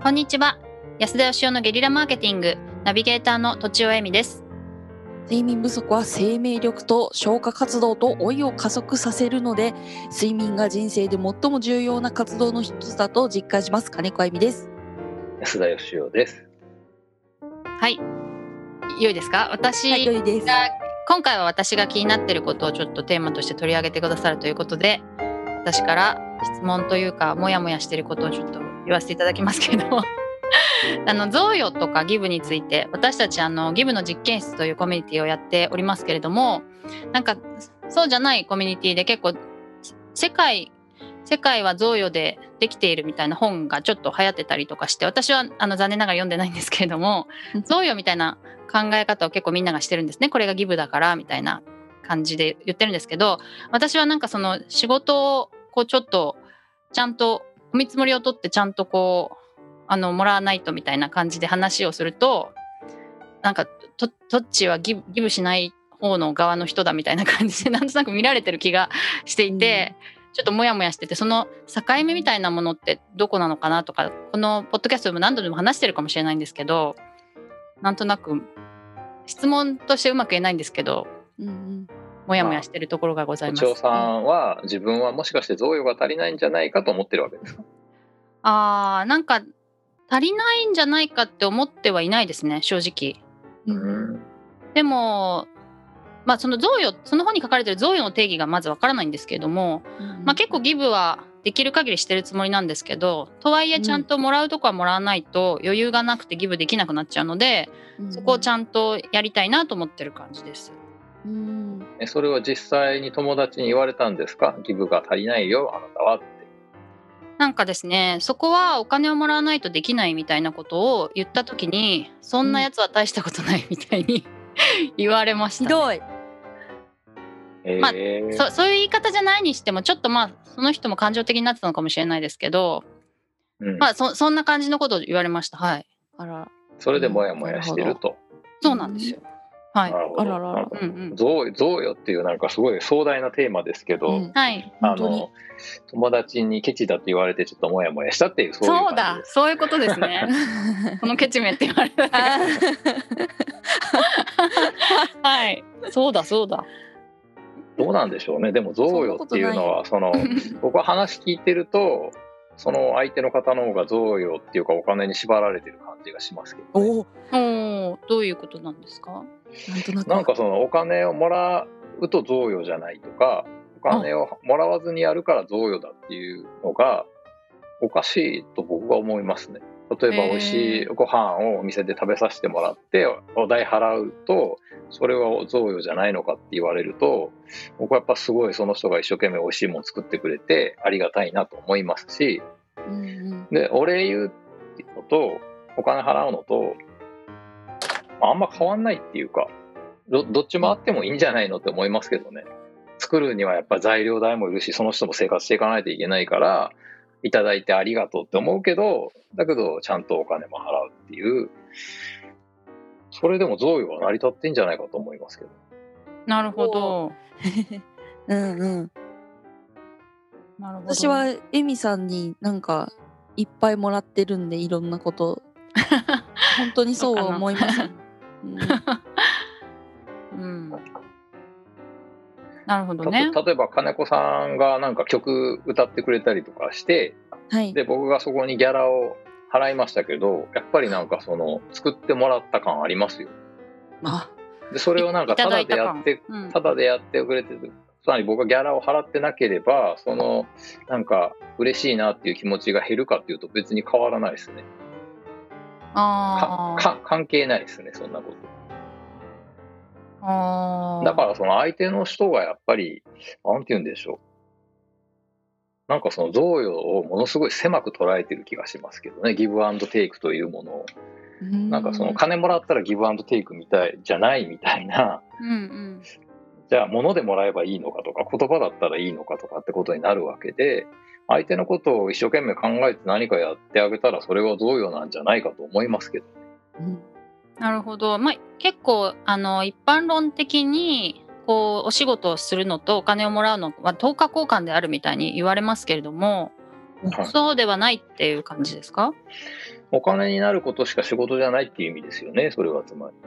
こんにちは。安田義雄のゲリラマーケティングナビゲーターのとちおえみです。 睡眠不足は生命力と消化活動と老いを加速させるので、睡眠が人生で最も重要な活動の一つだと実感します。金子あゆみです。 安田義雄です。 はい、良いですか？私が、 良いです。 今回は私が気になっていることをちょっとテーマとして取り上げてくださるということで、私から質問というかモヤモヤしていることをちょっと言わせていただきますけど贈与とかギブについて、私たちギブの実験室というコミュニティをやっておりますけれども、なんかそうじゃないコミュニティで結構世界は贈与でできているみたいな本がちょっと流行ってたりとかして、私は残念ながら読んでないんですけれども贈与みたいな考え方を結構みんながしてるんですね。これがギブだからみたいな感じで言ってるんですけど、私はなんかその仕事をこうちょっとちゃんとお見積もりを取ってちゃんとこうもらわないとみたいな感じで話をすると、なんかトッチはギブしない方の側の人だみたいな感じでなんとなく見られてる気がしていて、ちょっとモヤモヤしてて、その境目みたいなものってどこなのかなとか、このポッドキャストでも何度でも話してるかもしれないんですけど、なんとなく質問としてうまく言えないんですけど、モヤモヤしてるところがございます。 おさんは自分はもしかして贈与が足りないんじゃないかと思ってるわけですか？ なんか足りないんじゃないかって思ってはいないですね、正直。でもその贈与、その本に書かれてる贈与の定義がまずわからないんですけれども、結構ギブはできる限りしてるつもりなんですけど、とはいえちゃんともらうとこはもらわないと余裕がなくてギブできなくなっちゃうので、そこをちゃんとやりたいなと思ってる感じです。 それは実際に友達に言われたんですか？ギブが足りないよあなたはって。 なんかですね、そこはお金をもらわないとできないみたいなことを言った時に、そんなやつは大したことないみたいに言われました、 ひどい。 そういう言い方じゃないにしても、ちょっとその人も感情的になってたのかもしれないですけど、そんな感じのことを言われました。はい。 それでモヤモヤしてると。 そうなんですよ。はい。 贈与っていうなんかすごい壮大なテーマですけど、友達にケチだって言われてちょっとモヤモヤしたっていう、 そうだ、そういうことですね。このケチめって言われた。はい、そうだ。 どうなんでしょうね。でも贈与っていうのは僕は話聞いてると、その相手の方の方が贈与っていうかお金に縛られてる感じがしますけどね。 どういうことなんですか？ なんかそのお金をもらうと贈与じゃないとか、お金をもらわずにやるから贈与だっていうのがおかしいと僕は思いますね。例えば美味しいご飯をお店で食べさせてもらってお代払うと、それは贈与じゃないのかって言われると、僕はやっぱすごいその人が一生懸命美味しいもの作ってくれてありがたいなと思いますし、でお礼言うっていうのとお金払うのとあんま変わんないっていうか、どっちもあってもいいんじゃないのって思いますけどね。作るにはやっぱ材料代もいるし、その人も生活していかないといけないから、いただいてありがとうって思うけど、だけどちゃんとお金も払うっていう、それでも贈与は成り立ってんじゃないかと思いますけど。 なるほど。 なるほど。私はエミさんになんかいっぱいもらってるんで、いろんなこと本当にそう思います。 なるほどね。 例えば金子さんがなんか曲歌ってくれたりとかして、で僕がそこにギャラを払いましたけど、やっぱりなんかその作ってもらった感ありますよ。でそれをなんかタダでやってくれてる。つまり僕がギャラを払ってなければ、そのなんか嬉しいなっていう気持ちが減るかっていうと別に変わらないですね。関係ないですね、そんなこと。だからその相手の人がやっぱりなんて言うんでしょう、なんかその贈与をものすごい狭く捉えてる気がしますけどね。ギブアンドテイクというものを、なんかその金もらったらギブアンドテイクみたいじゃないみたいな、じゃあ物でもらえばいいのかとか、言葉だったらいいのかとかってことになるわけで、相手のことを一生懸命考えて何かやってあげたらそれは贈与なんじゃないかと思いますけど。 なるほど。結構一般論的にこうお仕事をするのとお金をもらうのは等価交換であるみたいに言われますけれども、 はい、 そうではないっていう感じですか？ お金になることしか仕事じゃないっていう意味ですよね、それはつまり。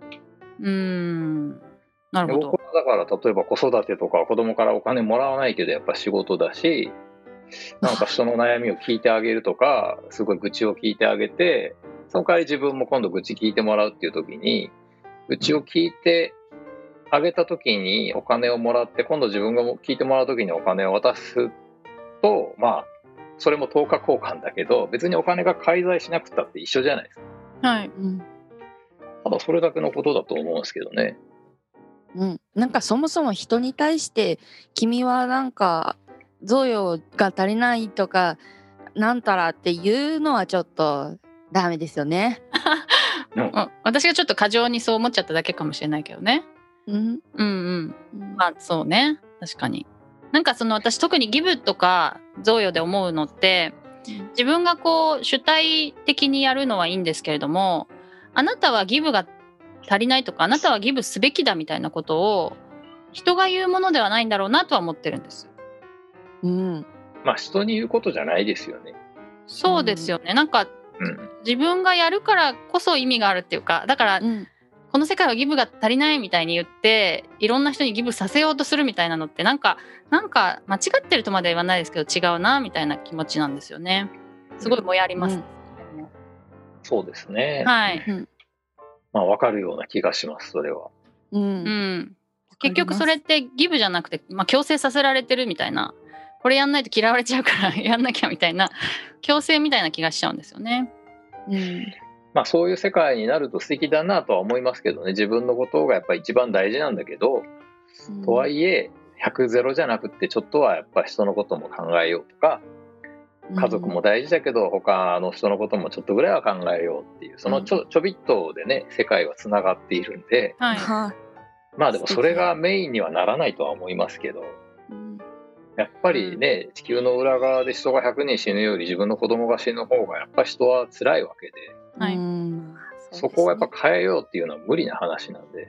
なるほど。 僕はだから例えば子育てとか子供からお金もらわないけどやっぱ仕事だし、なんか人の悩みを聞いてあげるとか、すごい愚痴を聞いてあげて、その代わり自分も今度愚痴聞いてもらうっていう時に、愚痴を聞いてあげた時にお金をもらって、今度自分が聞いてもらう時にお金を渡すと、まあそれも等価交換だけど、別にお金が介在しなくたって一緒じゃないですか。 はい。 ただそれだけのことだと思うんですけどね。 なんかそもそも人に対して君はなんか贈与が足りないとかなんたらっていうのはちょっとダメですよね。 私がちょっと過剰にそう思っちゃっただけかもしれないけどね。まあそうね、確かに。なんかその私特にギブとか贈与で思うのって、自分がこう主体的にやるのはいいんですけれども、あなたはギブが足りないとか、あなたはギブすべきだみたいなことを人が言うものではないんだろうなとは思ってるんです。 まあ人に言うことじゃないですよね。 そうですよね。なんか、自分がやるからこそ意味があるっていうか、だから、この世界はギブが足りないみたいに言っていろんな人にギブさせようとするみたいなのってなんか間違ってるとまでは言わないですけど違うなみたいな気持ちなんですよね。すごいもやります、 そうですね。 はい。 まあ分かるような気がします、それは。 結局それってギブじゃなくて、強制させられてるみたいな、これやんないと嫌われちゃうからやんなきゃみたいな強制みたいな気がしちゃうんですよね。 まあそういう世界になると素敵だなとは思いますけどね。自分のことがやっぱり一番大事なんだけど、とはいえ100ゼロじゃなくってちょっとはやっぱ人のことも考えようとか、家族も大事だけど他の人のこともちょっとぐらいは考えようっていう、そのちょびっとでね世界はつながっているんで、まあでもそれがメインにはならないとは思いますけど、やっぱりね、地球の裏側で人が100人死ぬより自分の子供が死ぬ方がやっぱ人は辛いわけで、そこをやっぱ変えようっていうのは無理な話なんで、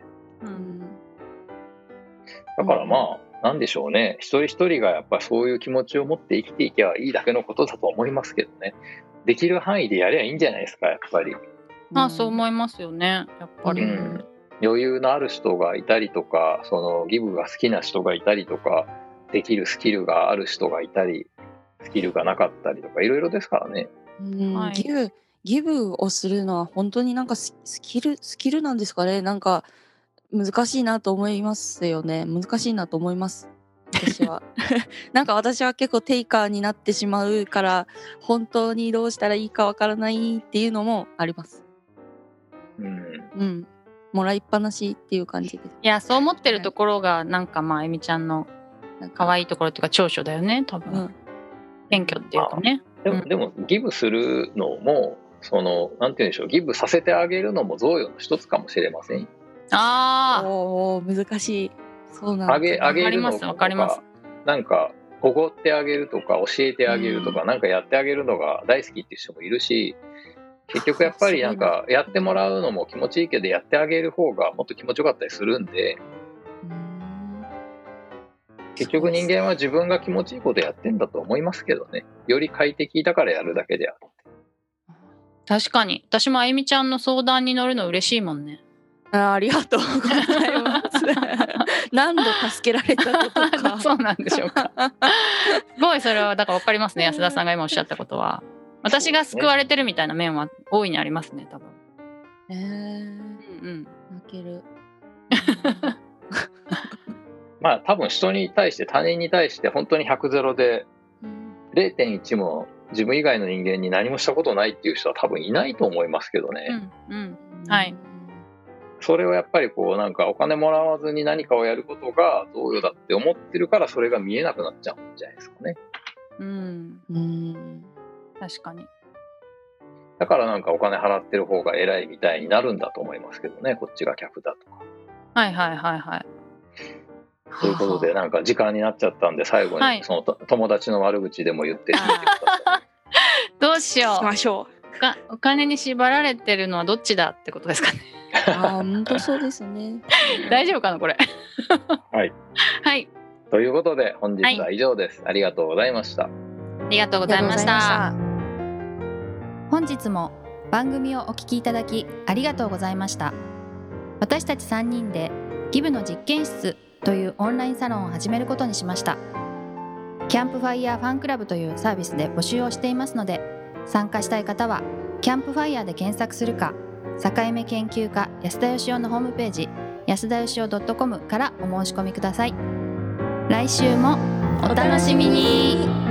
だからまあなんでしょうね、一人一人がやっぱそういう気持ちを持って生きていけばいいだけのことだと思いますけどね。できる範囲でやりゃいいんじゃないですか、やっぱり。 そう思いますよね、やっぱり。 余裕のある人がいたりとか、そのギブが好きな人がいたりとか、できるスキルがある人がいたり、スキルがなかったりとかいろいろですからね。 ギブをするのは本当になんかスキルなんですかね。なんか難しいなと思いますよね。難しいなと思います、私は。なんか私は結構テイカーになってしまうから本当にどうしたらいいかわからないっていうのもあります。もらいっぱなしっていう感じです。 いや、そう思ってるところがなんかまあえみちゃんの可愛いところというか長所だよね、多分。謙虚っていうかね。 でもギブするのもそのなんて言うんでしょう、ギブさせてあげるのも贈与の一つかもしれません。 難しい。そうなんです。 あげるのとか、なんかおごってあげるとか教えてあげるとか、なんかやってあげるのが大好きっていう人もいるし、結局やっぱりなんかやってもらうのも気持ちいいけどやってあげる方がもっと気持ちよかったりするんで、結局人間は自分が気持ちいいことやってんだと思いますけどね。より快適だからやるだけであって。 確かに私もあゆみちゃんの相談に乗るの嬉しいもんね。 ありがとうございます何度助けられたことかそうなんでしょうかすごいそれはだから分かりますね。安田さんが今おっしゃったことは私が救われてるみたいな面は大いにありますね、多分。 泣けるまあ多分人に対して他人に対して本当に100ゼロで 0.1 も自分以外の人間に何もしたことないっていう人は多分いないと思いますけどね。 はい。 それをやっぱりこうなんかお金もらわずに何かをやることが贈与だって思ってるからそれが見えなくなっちゃうんじゃないですかね。 確かに。 だからなんかお金払ってる方が偉いみたいになるんだと思いますけどね、こっちが客だとか。ということでなんか時間になっちゃったんで最後にその友達の悪口でも言ってみてください。 どうしよう。 しましょう。お金に縛られてるのはどっちだってことですかね。 本当そうですね。 大丈夫かなこれ。 はい。 はい。 ということで本日は以上です。ありがとうございました。 ありがとうございました。 ありがとうございま本日も番組をお聞きいただきありがとうございました。私たち3人でギブの実験室というオンラインサロンを始めることにしました。キャンプファイヤーファンクラブというサービスで募集をしていますので、参加したい方はキャンプファイヤーで検索するか、境目研究家安田義雄のホームページ安田義雄 .com からお申し込みください。来週もお楽しみに。